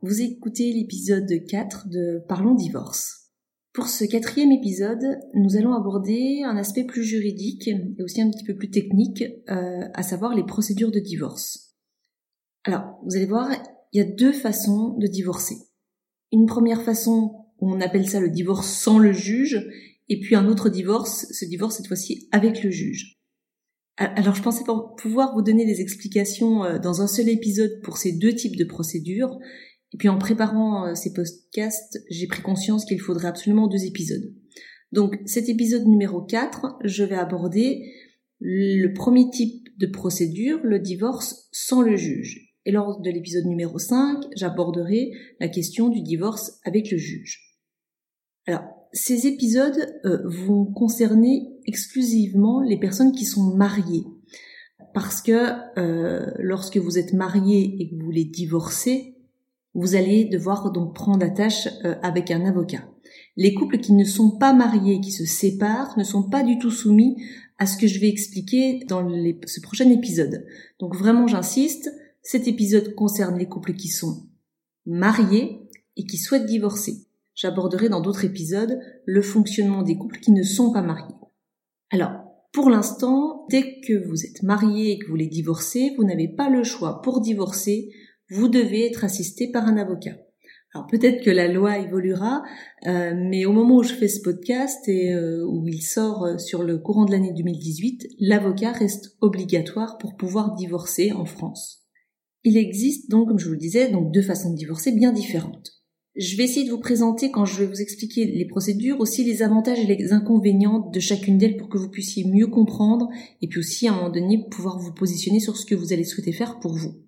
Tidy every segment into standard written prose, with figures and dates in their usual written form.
Vous écoutez l'épisode 4 de Parlons divorce. Pour ce 4e épisode, nous allons aborder un aspect plus juridique et aussi un petit peu plus technique, à savoir les procédures de divorce. Alors, vous allez voir, il y a 2 façons de divorcer. Une première façon, on appelle ça le divorce sans le juge, et puis un autre divorce, ce divorce cette fois-ci avec le juge. Alors, je pensais pouvoir vous donner des explications dans un seul épisode pour ces 2 types de procédures. Et puis en préparant ces podcasts, j'ai pris conscience qu'il faudrait absolument 2 épisodes. Donc cet épisode numéro 4, je vais aborder le premier type de procédure, le divorce sans le juge. Et lors de l'épisode numéro 5, j'aborderai la question du divorce avec le juge. Alors, ces épisodes vont concerner exclusivement les personnes qui sont mariées. Parce que lorsque vous êtes marié et que vous voulez divorcer, vous allez devoir donc prendre attache avec un avocat. Les couples qui ne sont pas mariés, qui se séparent, ne sont pas du tout soumis à ce que je vais expliquer dans ce prochain épisode. Donc vraiment, j'insiste, cet épisode concerne les couples qui sont mariés et qui souhaitent divorcer. J'aborderai dans d'autres épisodes le fonctionnement des couples qui ne sont pas mariés. Alors, pour l'instant, dès que vous êtes marié et que vous voulez divorcer, vous n'avez pas le choix pour divorcer. Vous devez être assisté par un avocat. Alors peut-être que la loi évoluera, mais au moment où je fais ce podcast et où il sort sur le courant de l'année 2018, l'avocat reste obligatoire pour pouvoir divorcer en France. Il existe donc, comme je vous le disais, donc 2 façons de divorcer bien différentes. Je vais essayer de vous présenter, quand je vais vous expliquer les procédures, aussi les avantages et les inconvénients de chacune d'elles pour que vous puissiez mieux comprendre et puis aussi à un moment donné pouvoir vous positionner sur ce que vous allez souhaiter faire pour vous.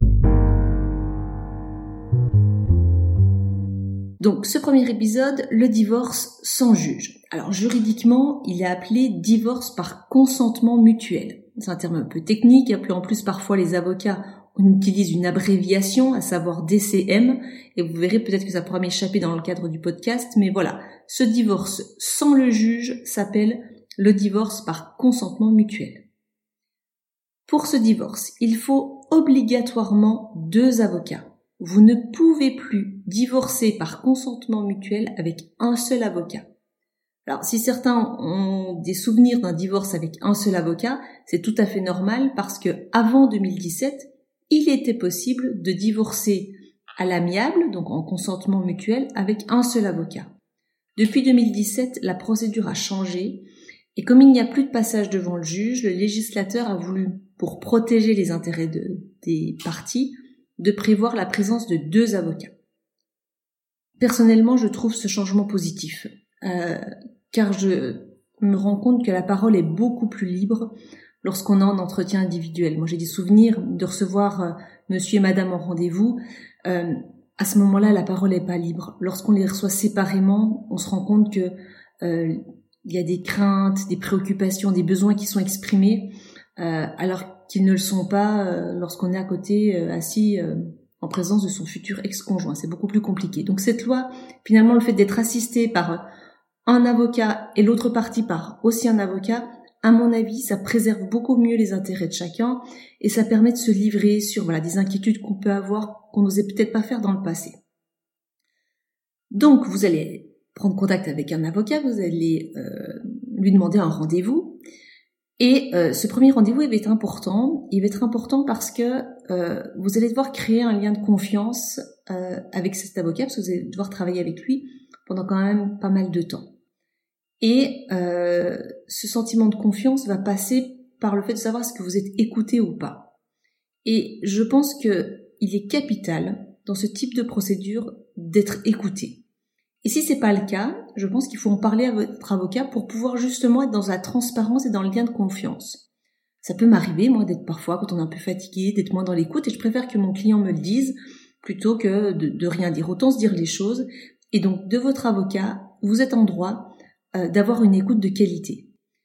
Donc, ce premier épisode, le divorce sans juge. Alors, juridiquement, il est appelé divorce par consentement mutuel. C'est un terme un peu technique, et en plus, parfois, les avocats utilisent une abréviation, à savoir DCM, et vous verrez peut-être que ça pourra m'échapper dans le cadre du podcast, mais voilà. Ce divorce sans le juge s'appelle le divorce par consentement mutuel. Pour ce divorce, il faut obligatoirement 2 avocats. Vous ne pouvez plus divorcer par consentement mutuel avec un seul avocat. Alors, si certains ont des souvenirs d'un divorce avec un seul avocat, c'est tout à fait normal parce que avant 2017, il était possible de divorcer à l'amiable, donc en consentement mutuel, avec un seul avocat. Depuis 2017, la procédure a changé et comme il n'y a plus de passage devant le juge, le législateur a voulu, pour protéger les intérêts des parties, de prévoir la présence de 2 avocats. Personnellement, je trouve ce changement positif, car je me rends compte que la parole est beaucoup plus libre lorsqu'on a un entretien individuel. Moi, j'ai des souvenirs de recevoir monsieur et madame en rendez-vous. À ce moment-là, la parole n'est pas libre. Lorsqu'on les reçoit séparément, on se rend compte que il y a des craintes, des préoccupations, des besoins qui sont exprimés, alors qu'ils ne le sont pas lorsqu'on est à côté, assis en présence de son futur ex-conjoint. C'est beaucoup plus compliqué. Donc cette loi, finalement, le fait d'être assisté par un avocat et l'autre partie par aussi un avocat, à mon avis, ça préserve beaucoup mieux les intérêts de chacun et ça permet de se livrer sur des inquiétudes qu'on peut avoir, qu'on n'osait peut-être pas faire dans le passé. Donc, vous allez prendre contact avec un avocat, vous allez lui demander un rendez-vous. Et ce premier rendez-vous, il va être important. Il va être important parce que vous allez devoir créer un lien de confiance avec cet avocat, parce que vous allez devoir travailler avec lui pendant quand même pas mal de temps. Et ce sentiment de confiance va passer par le fait de savoir est-ce que vous êtes écouté ou pas. Et je pense que il est capital dans ce type de procédure d'être écouté. Et si c'est pas le cas, je pense qu'il faut en parler à votre avocat pour pouvoir justement être dans la transparence et dans le lien de confiance. Ça peut m'arriver, moi, d'être parfois, quand on est un peu fatigué, d'être moins dans l'écoute, et je préfère que mon client me le dise plutôt que de rien dire. Autant se dire les choses. Et donc, de votre avocat, vous êtes en droit d'avoir une écoute de qualité.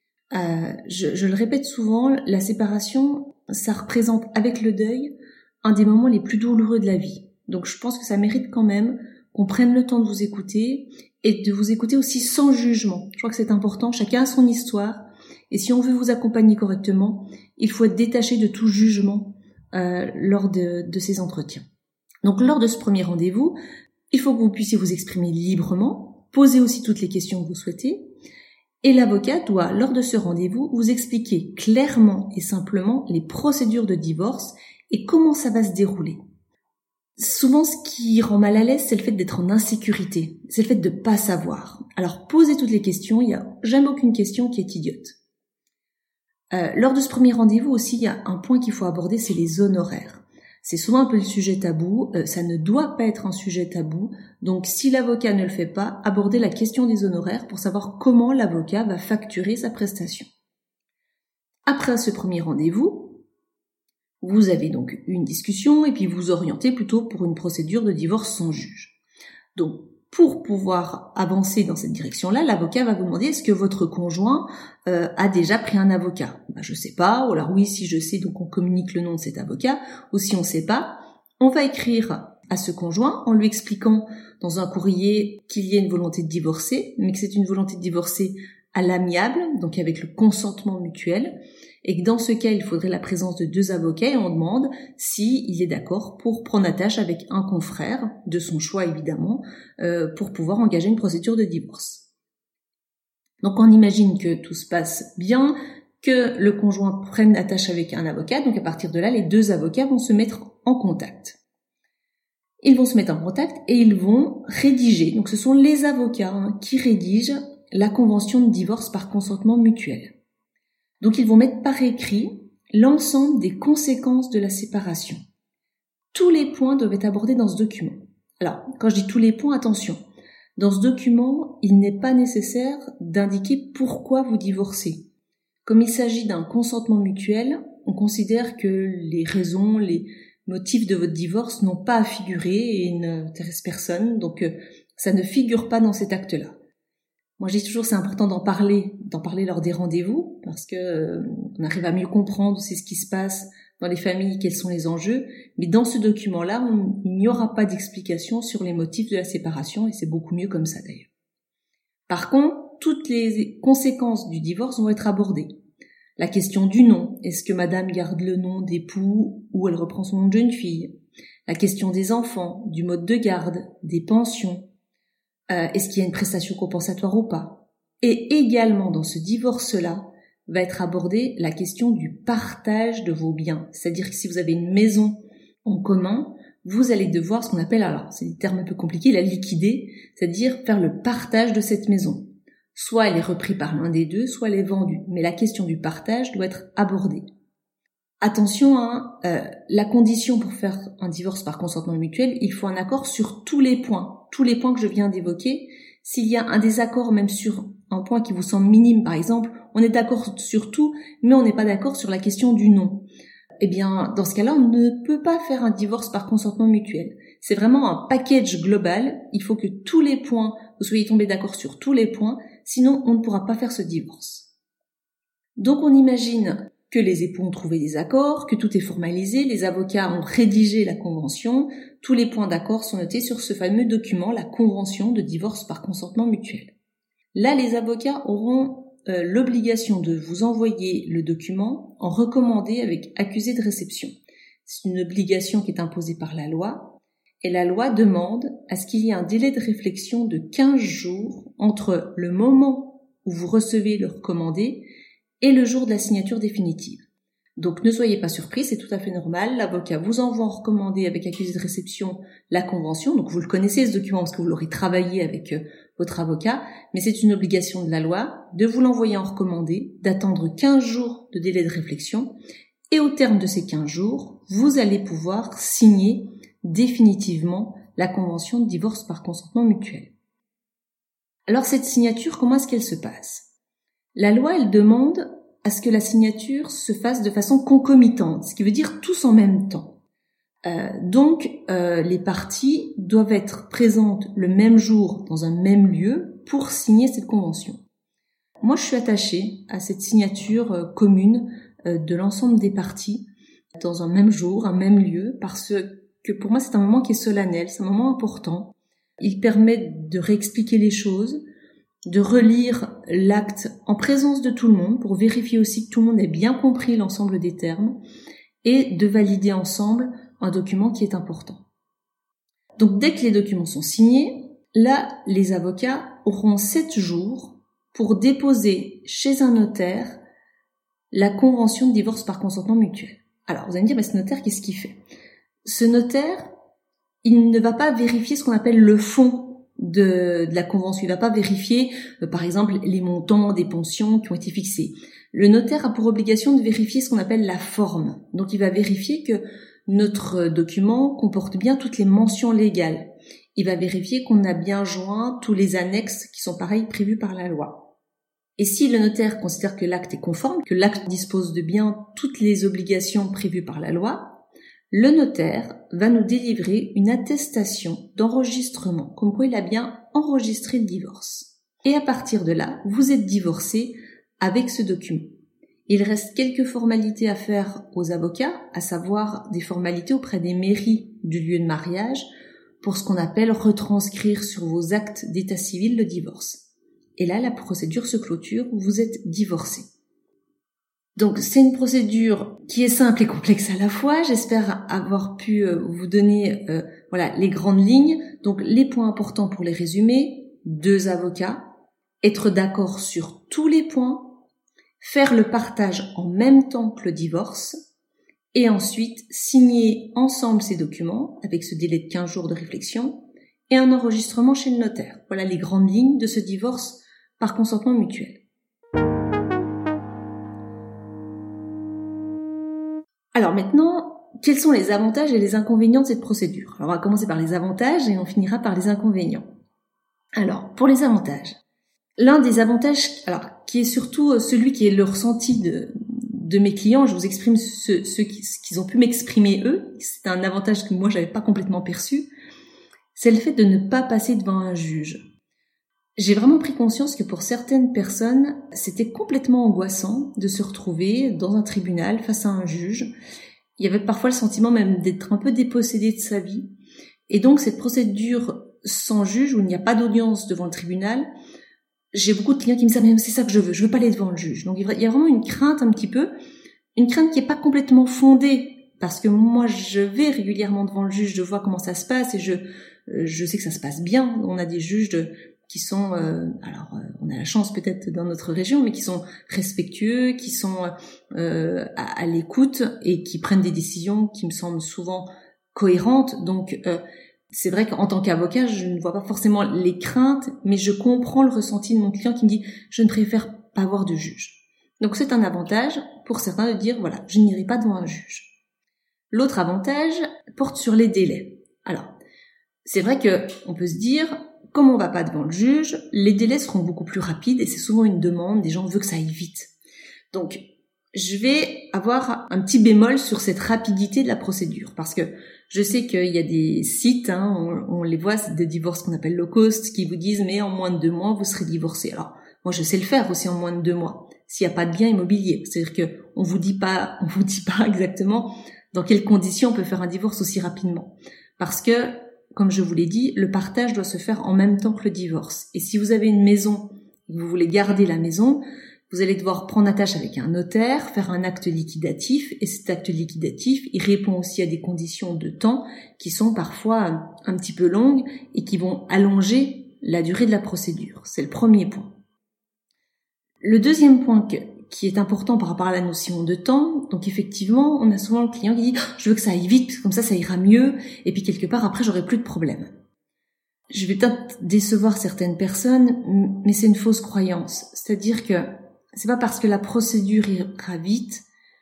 Je le répète souvent, la séparation, ça représente, avec le deuil, un des moments les plus douloureux de la vie. Donc, je pense que ça mérite quand même qu'on prenne le temps de vous écouter et de vous écouter aussi sans jugement. Je crois que c'est important, chacun a son histoire et si on veut vous accompagner correctement, il faut être détaché de tout jugement lors de ces entretiens. Donc lors de ce premier rendez-vous, Il faut que vous puissiez vous exprimer librement, poser aussi toutes les questions que vous souhaitez, et l'avocat doit, lors de ce rendez-vous, vous expliquer clairement et simplement les procédures de divorce et comment ça va se dérouler. Souvent, ce qui rend mal à l'aise, c'est le fait d'être en insécurité, c'est le fait de pas savoir. Alors, posez toutes les questions, il n'y a jamais aucune question qui est idiote. Lors de ce premier rendez-vous aussi, il y a un point qu'il faut aborder, c'est les honoraires. C'est souvent un peu le sujet tabou, ça ne doit pas être un sujet tabou, donc si l'avocat ne le fait pas, abordez la question des honoraires pour savoir comment l'avocat va facturer sa prestation. Après ce premier rendez-vous, vous avez donc une discussion et puis vous orientez plutôt pour une procédure de divorce sans juge. Donc, pour pouvoir avancer dans cette direction-là, l'avocat va vous demander est-ce que votre conjoint a déjà pris un avocat ? Je sais pas, ou alors oui, si je sais, donc on communique le nom de cet avocat, ou si on sait pas, on va écrire à ce conjoint en lui expliquant dans un courrier qu'il y a une volonté de divorcer, mais que c'est une volonté de divorcer à l'amiable, donc avec le consentement mutuel, et que dans ce cas, il faudrait la présence de 2 avocats et on demande s'il est d'accord pour prendre attache avec un confrère, de son choix évidemment, pour pouvoir engager une procédure de divorce. Donc on imagine que tout se passe bien, que le conjoint prenne attache avec un avocat, donc à partir de là, les 2 avocats vont se mettre en contact. Ils vont se mettre en contact et ils vont rédiger, donc ce sont les avocats qui rédigent la convention de divorce par consentement mutuel. Donc ils vont mettre par écrit l'ensemble des conséquences de la séparation. Tous les points doivent être abordés dans ce document. Alors, quand je dis tous les points, attention. Dans ce document, il n'est pas nécessaire d'indiquer pourquoi vous divorcez. Comme il s'agit d'un consentement mutuel, on considère que les raisons, les motifs de votre divorce n'ont pas à figurer et n'intéressent personne, donc ça ne figure pas dans cet acte-là. Moi, je dis toujours c'est important d'en parler lors des rendez-vous, parce que on arrive à mieux comprendre c'est ce qui se passe dans les familles, quels sont les enjeux. Mais dans ce document-là, il n'y aura pas d'explication sur les motifs de la séparation, et c'est beaucoup mieux comme ça d'ailleurs. Par contre, toutes les conséquences du divorce vont être abordées. La question du nom, est-ce que madame garde le nom d'époux ou elle reprend son nom de jeune fille ? La question des enfants, du mode de garde, des pensions. Est-ce qu'il y a une prestation compensatoire ou pas ? Et également dans ce divorce-là, va être abordée la question du partage de vos biens. C'est-à-dire que si vous avez une maison en commun, vous allez devoir ce qu'on appelle, alors c'est des termes un peu compliqués, la liquider, c'est-à-dire faire le partage de cette maison. Soit elle est reprise par l'un des deux, soit elle est vendue. Mais la question du partage doit être abordée. Attention, la condition pour faire un divorce par consentement mutuel, il faut un accord sur tous les points que je viens d'évoquer. S'il y a un désaccord même sur un point qui vous semble minime, par exemple, on est d'accord sur tout, mais on n'est pas d'accord sur la question du nom. Eh bien, dans ce cas-là, on ne peut pas faire un divorce par consentement mutuel. C'est vraiment un package global. Il faut que tous les points, vous soyez tombés d'accord sur tous les points, sinon on ne pourra pas faire ce divorce. Donc on imagine que les époux ont trouvé des accords, que tout est formalisé, les avocats ont rédigé la convention, tous les points d'accord sont notés sur ce fameux document, la convention de divorce par consentement mutuel. Là, les avocats auront l'obligation de vous envoyer le document en recommandé avec accusé de réception. C'est une obligation qui est imposée par la loi, et la loi demande à ce qu'il y ait un délai de réflexion de 15 jours entre le moment où vous recevez le recommandé et le jour de la signature définitive. Donc ne soyez pas surpris, c'est tout à fait normal. L'avocat vous envoie en recommandé avec accusé de réception la convention. Donc vous le connaissez ce document parce que vous l'aurez travaillé avec votre avocat. Mais c'est une obligation de la loi de vous l'envoyer en recommandé, d'attendre 15 jours de délai de réflexion. Et au terme de ces 15 jours, vous allez pouvoir signer définitivement la convention de divorce par consentement mutuel. Alors cette signature, comment est-ce qu'elle se passe ? La loi, elle demande à ce que la signature se fasse de façon concomitante, ce qui veut dire tous en même temps. Donc, les parties doivent être présentes le même jour dans un même lieu pour signer cette convention. Moi, je suis attachée à cette signature commune de l'ensemble des parties dans un même jour, un même lieu, parce que pour moi, c'est un moment qui est solennel, c'est un moment important. Il permet de réexpliquer les choses, de relire l'acte en présence de tout le monde pour vérifier aussi que tout le monde ait bien compris l'ensemble des termes et de valider ensemble un document qui est important. Donc dès que les documents sont signés, là, les avocats auront 7 jours pour déposer chez un notaire la convention de divorce par consentement mutuel. Alors, vous allez me dire, mais ce notaire, qu'est-ce qu'il fait? Ce notaire, il ne va pas vérifier ce qu'on appelle le fond de la convention. Il ne va pas vérifier, par exemple, les montants des pensions qui ont été fixés. Le notaire a pour obligation de vérifier ce qu'on appelle la forme. Donc, il va vérifier que notre document comporte bien toutes les mentions légales. Il va vérifier qu'on a bien joint tous les annexes qui sont pareils prévus par la loi. Et si le notaire considère que l'acte est conforme, que l'acte dispose de bien toutes les obligations prévues par la loi, le notaire va nous délivrer une attestation d'enregistrement, comme quoi il a bien enregistré le divorce. Et à partir de là, vous êtes divorcé avec ce document. Il reste quelques formalités à faire aux avocats, à savoir des formalités auprès des mairies du lieu de mariage, pour ce qu'on appelle retranscrire sur vos actes d'état civil le divorce. Et là, la procédure se clôture, vous êtes divorcé. Donc, c'est une procédure qui est simple et complexe à la fois. J'espère avoir pu vous donner les grandes lignes. Donc, les points importants pour les résumer, 2 avocats, être d'accord sur tous les points, faire le partage en même temps que le divorce, et ensuite signer ensemble ces documents avec ce délai de 15 jours de réflexion et un enregistrement chez le notaire. Voilà les grandes lignes de ce divorce par consentement mutuel. Alors maintenant, quels sont les avantages et les inconvénients de cette procédure? Alors on va commencer par les avantages et on finira par les inconvénients. Alors, pour les avantages, l'un des avantages, qui est surtout celui qui est le ressenti de mes clients, je vous exprime ce qu'ils ont pu m'exprimer eux, c'est un avantage que moi j'avais pas complètement perçu, c'est le fait de ne pas passer devant un juge. J'ai vraiment pris conscience que pour certaines personnes, c'était complètement angoissant de se retrouver dans un tribunal face à un juge. Il y avait parfois le sentiment même d'être un peu dépossédé de sa vie. Et donc cette procédure sans juge, où il n'y a pas d'audience devant le tribunal, j'ai beaucoup de clients qui me disent « mais c'est ça que je veux pas aller devant le juge ». Donc il y a vraiment une crainte un petit peu, une crainte qui est pas complètement fondée, parce que moi je vais régulièrement devant le juge, je vois comment ça se passe et je sais que ça se passe bien. On a des juges qui sont, on a la chance peut-être dans notre région, mais qui sont respectueux, qui sont à l'écoute et qui prennent des décisions qui me semblent souvent cohérentes. Donc c'est vrai qu'en tant qu'avocat, je ne vois pas forcément les craintes, mais je comprends le ressenti de mon client qui me dit « je ne préfère pas avoir de juge ». Donc c'est un avantage pour certains de dire « voilà, je n'irai pas devant un juge ». L'autre avantage porte sur les délais. Alors, c'est vrai qu'on peut se dire, comme on va pas devant le juge, les délais seront beaucoup plus rapides et c'est souvent une demande, des gens veulent que ça aille vite. Donc, je vais avoir un petit bémol sur cette rapidité de la procédure parce que je sais qu'il y a des sites, on les voit, c'est des divorces qu'on appelle low cost, qui vous disent mais en moins de 2 mois vous serez divorcé. Alors, moi je sais le faire aussi en moins de 2 mois, s'il n'y a pas de bien immobilier. C'est-à-dire que on vous dit pas exactement dans quelles conditions on peut faire un divorce aussi rapidement. Parce que, comme je vous l'ai dit, le partage doit se faire en même temps que le divorce. Et si vous avez une maison et que vous voulez garder la maison, vous allez devoir prendre attache avec un notaire, faire un acte liquidatif, et cet acte liquidatif, il répond aussi à des conditions de temps qui sont parfois un petit peu longues et qui vont allonger la durée de la procédure. C'est le premier point. Le deuxième point qui est important par rapport à la notion de temps, donc effectivement, on a souvent le client qui dit « je veux que ça aille vite, parce que comme ça ira mieux, et puis quelque part après j'aurai plus de problème ». Je vais peut-être décevoir certaines personnes, mais c'est une fausse croyance. C'est-à-dire que c'est pas parce que la procédure ira vite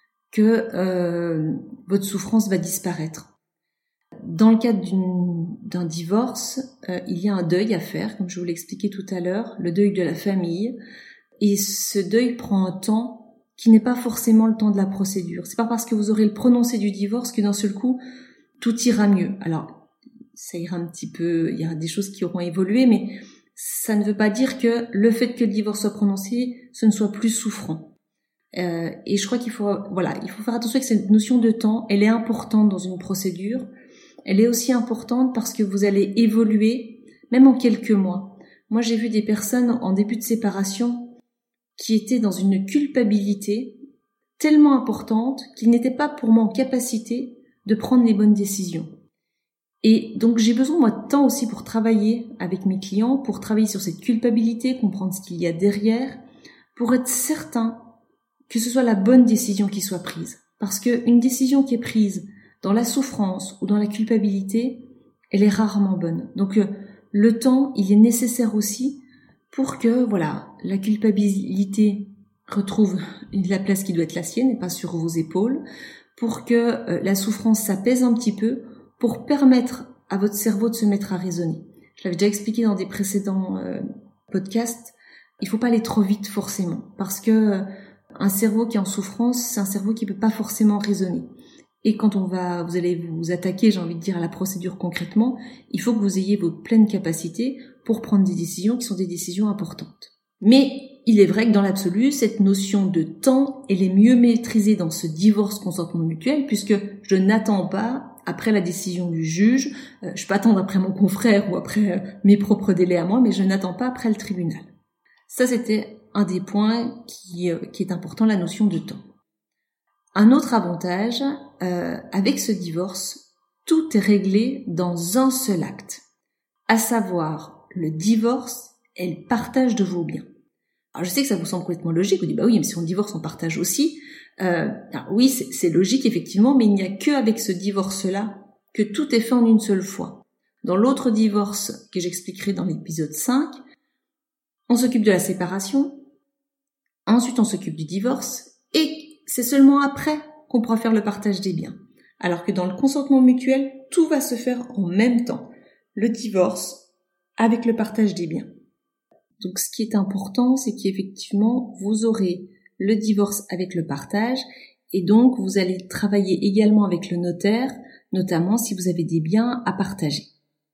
que votre souffrance va disparaître. Dans le cadre d'un divorce, il y a un deuil à faire, comme je vous l'ai expliqué tout à l'heure, le deuil de la famille. Et ce deuil prend un temps qui n'est pas forcément le temps de la procédure. C'est pas parce que vous aurez le prononcé du divorce que d'un seul coup, tout ira mieux. Alors, ça ira un petit peu, il y a des choses qui auront évolué, mais ça ne veut pas dire que le fait que le divorce soit prononcé, ce ne soit plus souffrant. Et je crois qu'il faut faire attention avec cette notion de temps. Elle est importante dans une procédure. Elle est aussi importante parce que vous allez évoluer, même en quelques mois. Moi, j'ai vu des personnes en début de séparation qui étaient dans une culpabilité tellement importante qu'ils n'étaient pas pour moi en capacité de prendre les bonnes décisions. Et donc j'ai besoin moi de temps aussi pour travailler avec mes clients, pour travailler sur cette culpabilité, comprendre ce qu'il y a derrière, pour être certain que ce soit la bonne décision qui soit prise. Parce qu'une décision qui est prise dans la souffrance ou dans la culpabilité, elle est rarement bonne. Donc le temps, il est nécessaire aussi pour que la culpabilité retrouve la place qui doit être la sienne et pas sur vos épaules, pour que la souffrance s'apaise un petit peu, pour permettre à votre cerveau de se mettre à raisonner. Je l'avais déjà expliqué dans des précédents podcasts, il faut pas aller trop vite forcément, parce que un cerveau qui est en souffrance, c'est un cerveau qui peut pas forcément raisonner. Et quand vous allez vous attaquer, j'ai envie de dire, à la procédure concrètement, il faut que vous ayez votre pleine capacité pour prendre des décisions qui sont des décisions importantes. Mais il est vrai que dans l'absolu, cette notion de temps, elle est mieux maîtrisée dans ce divorce consentement mutuel, puisque je n'attends pas après la décision du juge, je peux attendre après mon confrère ou après mes propres délais à moi, mais je n'attends pas après le tribunal. Ça, c'était un des points qui est important, la notion de temps. Un autre avantage, avec ce divorce, tout est réglé dans un seul acte, à savoir le divorce et le partage de vos biens. Alors je sais que ça vous semble complètement logique, vous dites bah oui, mais si on divorce, on partage aussi. Oui, c'est logique effectivement, mais il n'y a qu'avec ce divorce-là que tout est fait en une seule fois. Dans l'autre divorce que j'expliquerai dans l'épisode 5, on s'occupe de la séparation, ensuite on s'occupe du divorce, et c'est seulement après qu'on pourra faire le partage des biens. Alors que dans le consentement mutuel, tout va se faire en même temps. Le divorce avec le partage des biens. Donc ce qui est important, c'est qu'effectivement, vous aurez le divorce avec le partage, et donc vous allez travailler également avec le notaire, notamment si vous avez des biens à partager.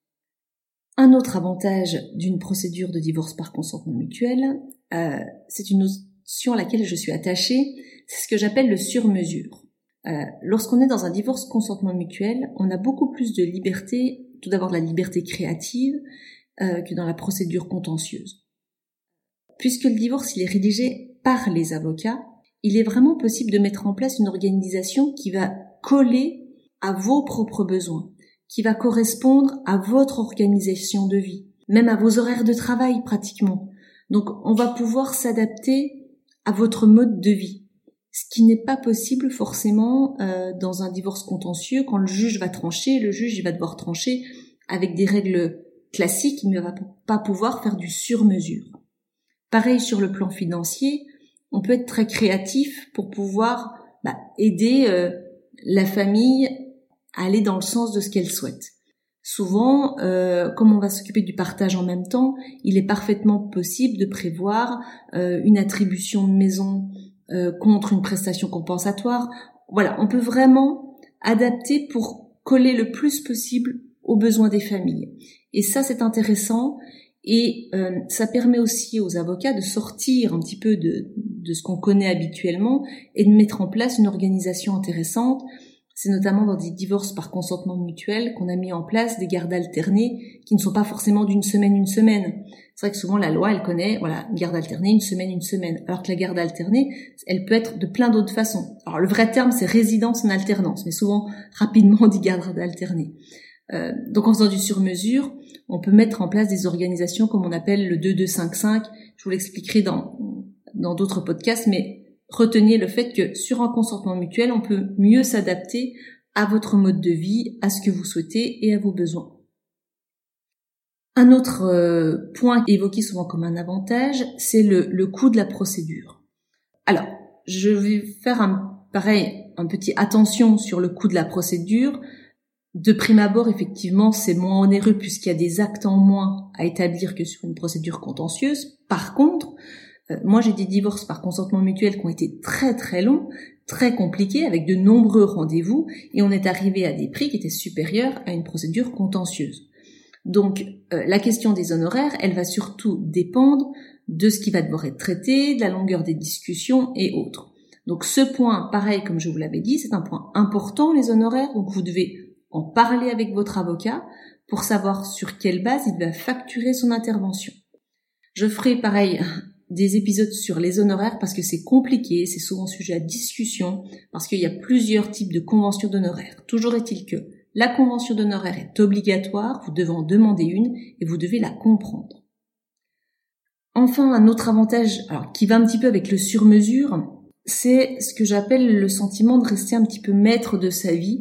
Un autre avantage d'une procédure de divorce par consentement mutuel, c'est une notion à laquelle je suis attachée, c'est ce que j'appelle le sur-mesure. Lorsqu'on est dans un divorce consentement mutuel, on a beaucoup plus de liberté, tout d'abord de la liberté créative, que dans la procédure contentieuse. Puisque le divorce il est rédigé par les avocats, il est vraiment possible de mettre en place une organisation qui va coller à vos propres besoins, qui va correspondre à votre organisation de vie, même à vos horaires de travail pratiquement. Donc on va pouvoir s'adapter à votre mode de vie, ce qui n'est pas possible forcément dans un divorce contentieux. Quand le juge va trancher, le juge il va devoir trancher avec des règles classiques, il ne va pas pouvoir faire du sur-mesure. Pareil sur le plan financier, on peut être très créatif pour pouvoir aider la famille à aller dans le sens de ce qu'elle souhaite. Souvent, comme on va s'occuper du partage en même temps, il est parfaitement possible de prévoir une attribution de maison contre une prestation compensatoire. Voilà, on peut vraiment adapter pour coller le plus possible aux besoins des familles. Et ça, c'est intéressant. Et ça permet aussi aux avocats de sortir un petit peu de ce qu'on connaît habituellement et de mettre en place une organisation intéressante. C'est notamment dans des divorces par consentement mutuel qu'on a mis en place des gardes alternés qui ne sont pas forcément d'une semaine. C'est vrai que souvent la loi, elle connaît, une garde alternée, une semaine. Alors que la garde alternée, elle peut être de plein d'autres façons. Alors le vrai terme, c'est résidence en alternance, mais souvent, rapidement, on dit garde alternée. Donc en faisant du sur-mesure, on peut mettre en place des organisations comme on appelle le 2-2-5-5. Je vous l'expliquerai dans d'autres podcasts, mais retenez le fait que sur un consentement mutuel, on peut mieux s'adapter à votre mode de vie, à ce que vous souhaitez et à vos besoins. Un autre point évoqué souvent comme un avantage, c'est le coût de la procédure. Alors, je vais faire un petit attention sur le coût de la procédure. De prime abord, effectivement, c'est moins onéreux puisqu'il y a des actes en moins à établir que sur une procédure contentieuse. Par contre, moi j'ai des divorces par consentement mutuel qui ont été très très longs, très compliqués, avec de nombreux rendez-vous, et on est arrivé à des prix qui étaient supérieurs à une procédure contentieuse. Donc la question des honoraires, elle va surtout dépendre de ce qui va devoir être traité, de la longueur des discussions et autres. Donc ce point, pareil comme je vous l'avais dit, c'est un point important, les honoraires, donc vous devez en parler avec votre avocat pour savoir sur quelle base il va facturer son intervention. Je ferai pareil des épisodes sur les honoraires parce que c'est compliqué, c'est souvent sujet à discussion parce qu'il y a plusieurs types de conventions d'honoraires. Toujours est-il que La convention d'honoraires est obligatoire, vous devez en demander une et vous devez la comprendre. Enfin, un autre avantage, alors qui va un petit peu avec le sur-mesure, c'est ce que j'appelle le sentiment de rester un petit peu maître de sa vie,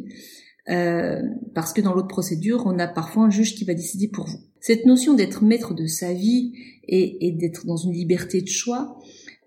parce que dans l'autre procédure, on a parfois un juge qui va décider pour vous. Cette notion d'être maître de sa vie et d'être dans une liberté de choix,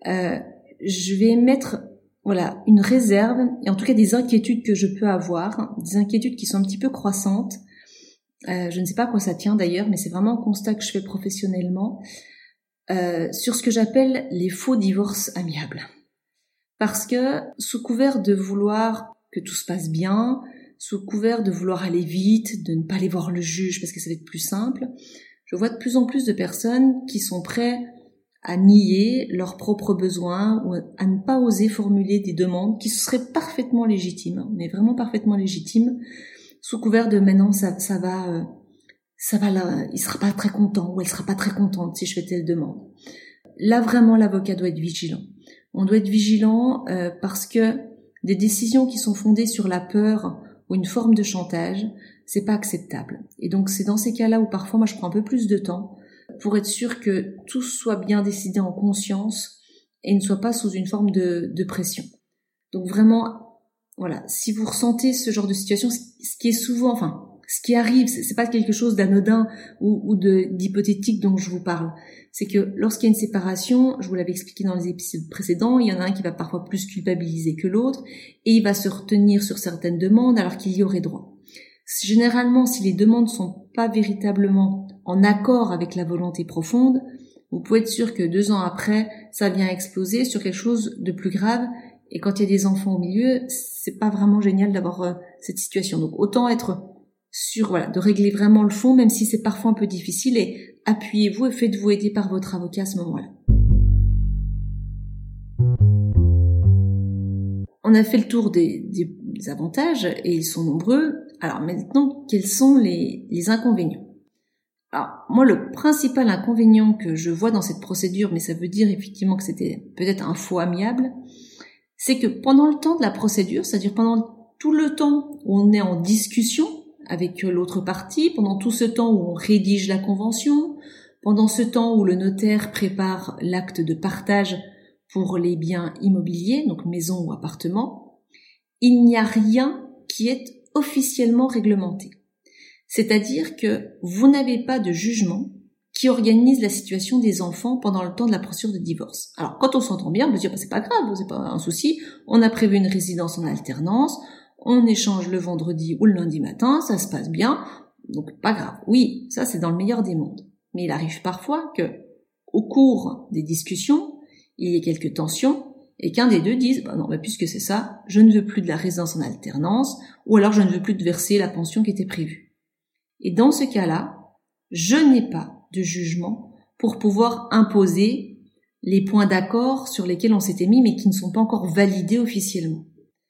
je vais mettre une réserve et en tout cas des inquiétudes que je peux avoir, des inquiétudes qui sont un petit peu croissantes. Je ne sais pas à quoi ça tient d'ailleurs, mais c'est vraiment un constat que je fais professionnellement sur ce que j'appelle les faux divorces amiables. Parce que sous couvert de vouloir que tout se passe bien, sous couvert de vouloir aller vite, de ne pas aller voir le juge parce que ça va être plus simple, je vois de plus en plus de personnes qui sont prêtes à nier leurs propres besoins ou à ne pas oser formuler des demandes qui seraient parfaitement légitimes, mais vraiment parfaitement légitimes, sous couvert de maintenant ça va là, il sera pas très content ou elle sera pas très contente si je fais telle demande. Là vraiment l'avocat doit être vigilant. On doit être vigilant parce que des décisions qui sont fondées sur la peur ou une forme de chantage, c'est pas acceptable. Et donc c'est dans ces cas-là où parfois moi je prends un peu plus de temps pour être sûr que tout soit bien décidé en conscience et ne soit pas sous une forme de pression. Donc vraiment, si vous ressentez ce genre de situation, ce qui est souvent, ce qui arrive, c'est pas quelque chose d'anodin ou d'hypothétique dont je vous parle. C'est que lorsqu'il y a une séparation, je vous l'avais expliqué dans les épisodes précédents, il y en a un qui va parfois plus culpabiliser que l'autre et il va se retenir sur certaines demandes alors qu'il y aurait droit. Généralement, si les demandes sont pas véritablement en accord avec la volonté profonde, vous pouvez être sûr que 2 ans après, ça vient exploser sur quelque chose de plus grave. Et quand il y a des enfants au milieu, c'est pas vraiment génial d'avoir cette situation. Donc autant être sûr, de régler vraiment le fond, même si c'est parfois un peu difficile, et appuyez-vous et faites-vous aider par votre avocat à ce moment-là. On a fait le tour des avantages, et ils sont nombreux. Alors maintenant, quels sont les inconvénients ? Alors, moi, le principal inconvénient que je vois dans cette procédure, mais ça veut dire effectivement que c'était peut-être un faux amiable, c'est que pendant le temps de la procédure, c'est-à-dire pendant tout le temps où on est en discussion avec l'autre partie, pendant tout ce temps où on rédige la convention, pendant ce temps où le notaire prépare l'acte de partage pour les biens immobiliers, donc maison ou appartement, il n'y a rien qui est officiellement réglementé. C'est-à-dire que vous n'avez pas de jugement qui organise la situation des enfants pendant le temps de la procédure de divorce. Alors, quand on s'entend bien, on peut dire, c'est pas grave, c'est pas un souci, on a prévu une résidence en alternance, on échange le vendredi ou le lundi matin, ça se passe bien, donc pas grave. Oui, ça c'est dans le meilleur des mondes. Mais il arrive parfois que, au cours des discussions, il y ait quelques tensions, et qu'un des deux dise, puisque c'est ça, je ne veux plus de la résidence en alternance, ou alors je ne veux plus de verser la pension qui était prévue. Et dans ce cas-là, je n'ai pas de jugement pour pouvoir imposer les points d'accord sur lesquels on s'était mis, mais qui ne sont pas encore validés officiellement.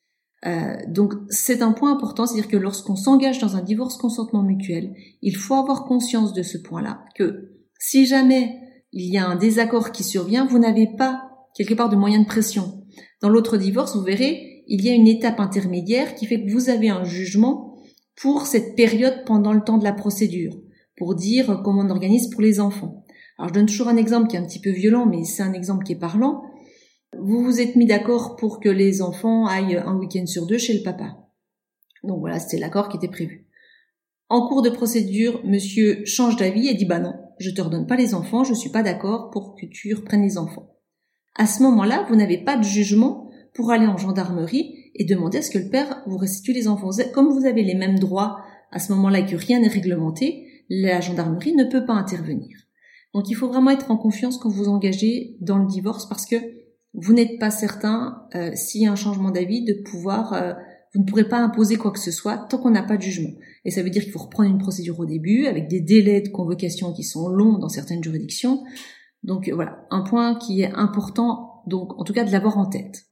Donc c'est un point important, c'est-à-dire que lorsqu'on s'engage dans un divorce consentement mutuel, il faut avoir conscience de ce point-là, que si jamais il y a un désaccord qui survient, vous n'avez pas quelque part de moyen de pression. Dans l'autre divorce, vous verrez, il y a une étape intermédiaire qui fait que vous avez un jugement pour cette période pendant le temps de la procédure, pour dire comment on organise pour les enfants. Alors je donne toujours un exemple qui est un petit peu violent, mais c'est un exemple qui est parlant. Vous vous êtes mis d'accord pour que les enfants aillent un week-end sur 2 chez le papa. Donc voilà, c'était l'accord qui était prévu. En cours de procédure, monsieur change d'avis et dit non, je te redonne pas les enfants, je suis pas d'accord pour que tu reprennes les enfants. À ce moment-là, vous n'avez pas de jugement pour aller en gendarmerie et demander à ce que le père vous restitue les enfants. Comme vous avez les mêmes droits à ce moment-là et que rien n'est réglementé, la gendarmerie ne peut pas intervenir. Donc il faut vraiment être en confiance quand vous engagez dans le divorce parce que vous n'êtes pas certain, s'il y a un changement d'avis, de pouvoir... vous ne pourrez pas imposer quoi que ce soit tant qu'on n'a pas de jugement. Et ça veut dire qu'il faut reprendre une procédure au début avec des délais de convocation qui sont longs dans certaines juridictions. Donc voilà, un point qui est important, donc en tout cas de l'avoir en tête.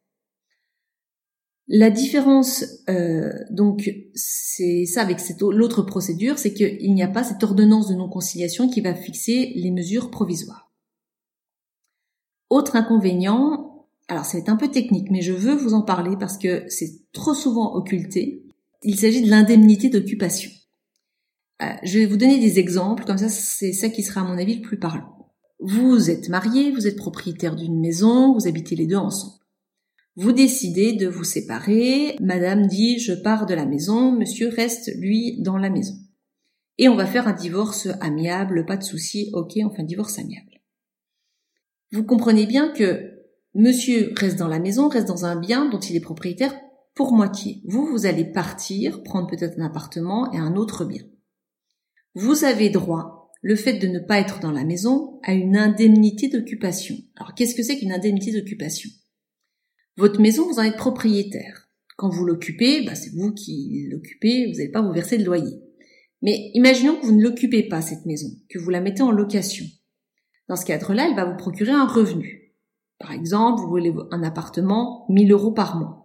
La différence, donc c'est ça avec l'autre procédure, c'est qu'il n'y a pas cette ordonnance de non-conciliation qui va fixer les mesures provisoires. Autre inconvénient, alors ça va être un peu technique, mais je veux vous en parler parce que c'est trop souvent occulté. Il s'agit de l'indemnité d'occupation. Je vais vous donner des exemples, comme ça c'est ça qui sera à mon avis le plus parlant. Vous êtes mariés, vous êtes propriétaire d'une maison, vous habitez les deux ensemble. Vous décidez de vous séparer, madame dit je pars de la maison, monsieur reste lui dans la maison. Et on va faire un divorce amiable, pas de souci, ok, on fait un divorce amiable. Vous comprenez bien que monsieur reste dans la maison, reste dans un bien dont il est propriétaire pour moitié. Vous allez partir, prendre peut-être un appartement et un autre bien. Vous avez droit, le fait de ne pas être dans la maison, à une indemnité d'occupation. Alors qu'est-ce que c'est qu'une indemnité d'occupation ? Votre maison, vous en êtes propriétaire. Quand vous l'occupez, c'est vous qui l'occupez, vous n'allez pas vous verser de loyer. Mais imaginons que vous ne l'occupez pas, cette maison, que vous la mettez en location. Dans ce cadre-là, elle va vous procurer un revenu. Par exemple, vous voulez un appartement, 1 000 € par mois.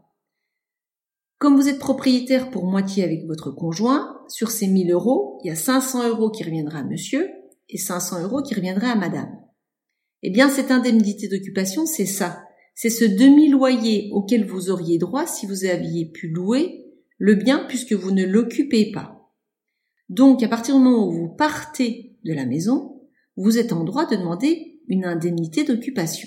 Comme vous êtes propriétaire pour moitié avec votre conjoint, sur ces 1 000 €, il y a 500 € qui reviendraient à monsieur et 500 € qui reviendraient à madame. Eh bien, cette indemnité d'occupation, c'est ça. C'est ce demi-loyer auquel vous auriez droit si vous aviez pu louer le bien puisque vous ne l'occupez pas. Donc, à partir du moment où vous partez de la maison, vous êtes en droit de demander une indemnité d'occupation.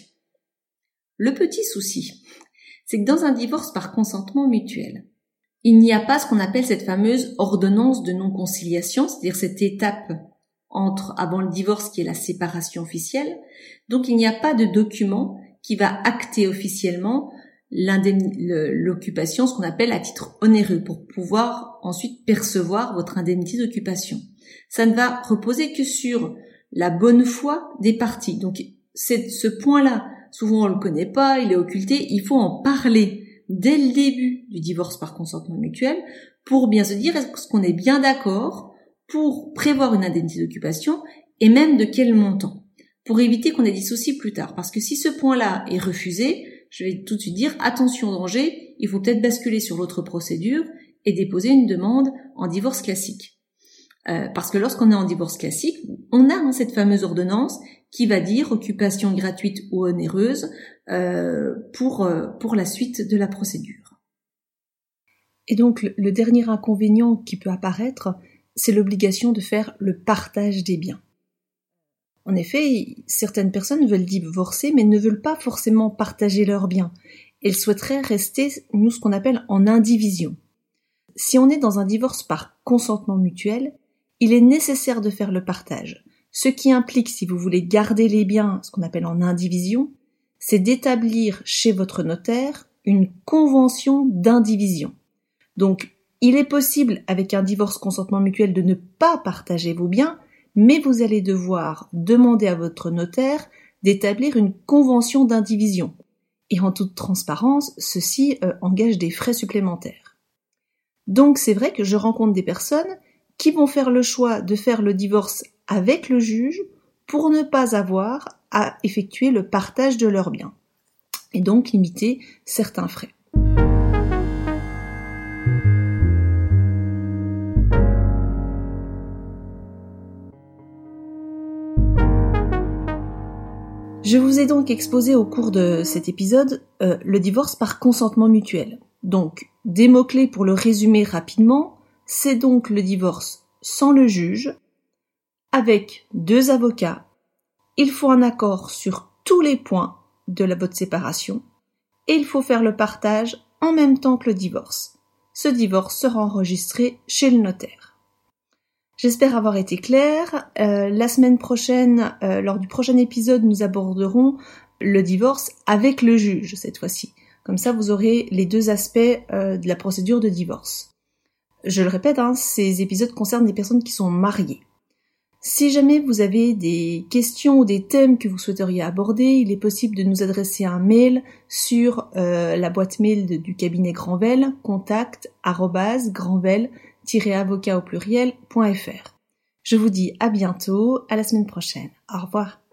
Le petit souci, c'est que dans un divorce par consentement mutuel, il n'y a pas ce qu'on appelle cette fameuse ordonnance de non-conciliation, c'est-à-dire cette étape avant le divorce qui est la séparation officielle. Donc, il n'y a pas de document qui va acter officiellement l'occupation, ce qu'on appelle à titre onéreux, pour pouvoir ensuite percevoir votre indemnité d'occupation. Ça ne va reposer que sur la bonne foi des parties. Donc, c'est ce point-là, souvent on le connaît pas, il est occulté, il faut en parler dès le début du divorce par consentement mutuel pour bien se dire est-ce qu'on est bien d'accord pour prévoir une indemnité d'occupation et même de quel montant, pour éviter qu'on ait des soucis plus tard. Parce que si ce point-là est refusé, je vais tout de suite dire attention danger, il faut peut-être basculer sur l'autre procédure et déposer une demande en divorce classique. Parce que lorsqu'on est en divorce classique, on a cette fameuse ordonnance qui va dire occupation gratuite ou onéreuse pour la suite de la procédure. Et donc le dernier inconvénient qui peut apparaître, c'est l'obligation de faire le partage des biens. En effet, certaines personnes veulent divorcer mais ne veulent pas forcément partager leurs biens. Elles souhaiteraient rester, ce qu'on appelle en indivision. Si on est dans un divorce par consentement mutuel, il est nécessaire de faire le partage. Ce qui implique, si vous voulez garder les biens, ce qu'on appelle en indivision, c'est d'établir chez votre notaire une convention d'indivision. Donc, il est possible, avec un divorce consentement mutuel, de ne pas partager vos biens, mais vous allez devoir demander à votre notaire d'établir une convention d'indivision. Et en toute transparence, ceci engage des frais supplémentaires. Donc, c'est vrai que je rencontre des personnes qui vont faire le choix de faire le divorce avec le juge pour ne pas avoir à effectuer le partage de leurs biens et donc limiter certains frais. Je vous ai donc exposé au cours de cet épisode le divorce par consentement mutuel. Donc, des mots-clés pour le résumer rapidement, c'est donc le divorce sans le juge, avec 2 avocats. Il faut un accord sur tous les points de votre séparation et il faut faire le partage en même temps que le divorce. Ce divorce sera enregistré chez le notaire. J'espère avoir été claire. La semaine prochaine, lors du prochain épisode, nous aborderons le divorce avec le juge cette fois-ci. Comme ça, vous aurez les 2 aspects de la procédure de divorce. Je le répète, ces épisodes concernent des personnes qui sont mariées. Si jamais vous avez des questions ou des thèmes que vous souhaiteriez aborder, il est possible de nous adresser un mail sur la boîte mail du cabinet Granvelle, contact@granvelle-avocat au pluriel.fr. Je vous dis à bientôt, à la semaine prochaine. Au revoir.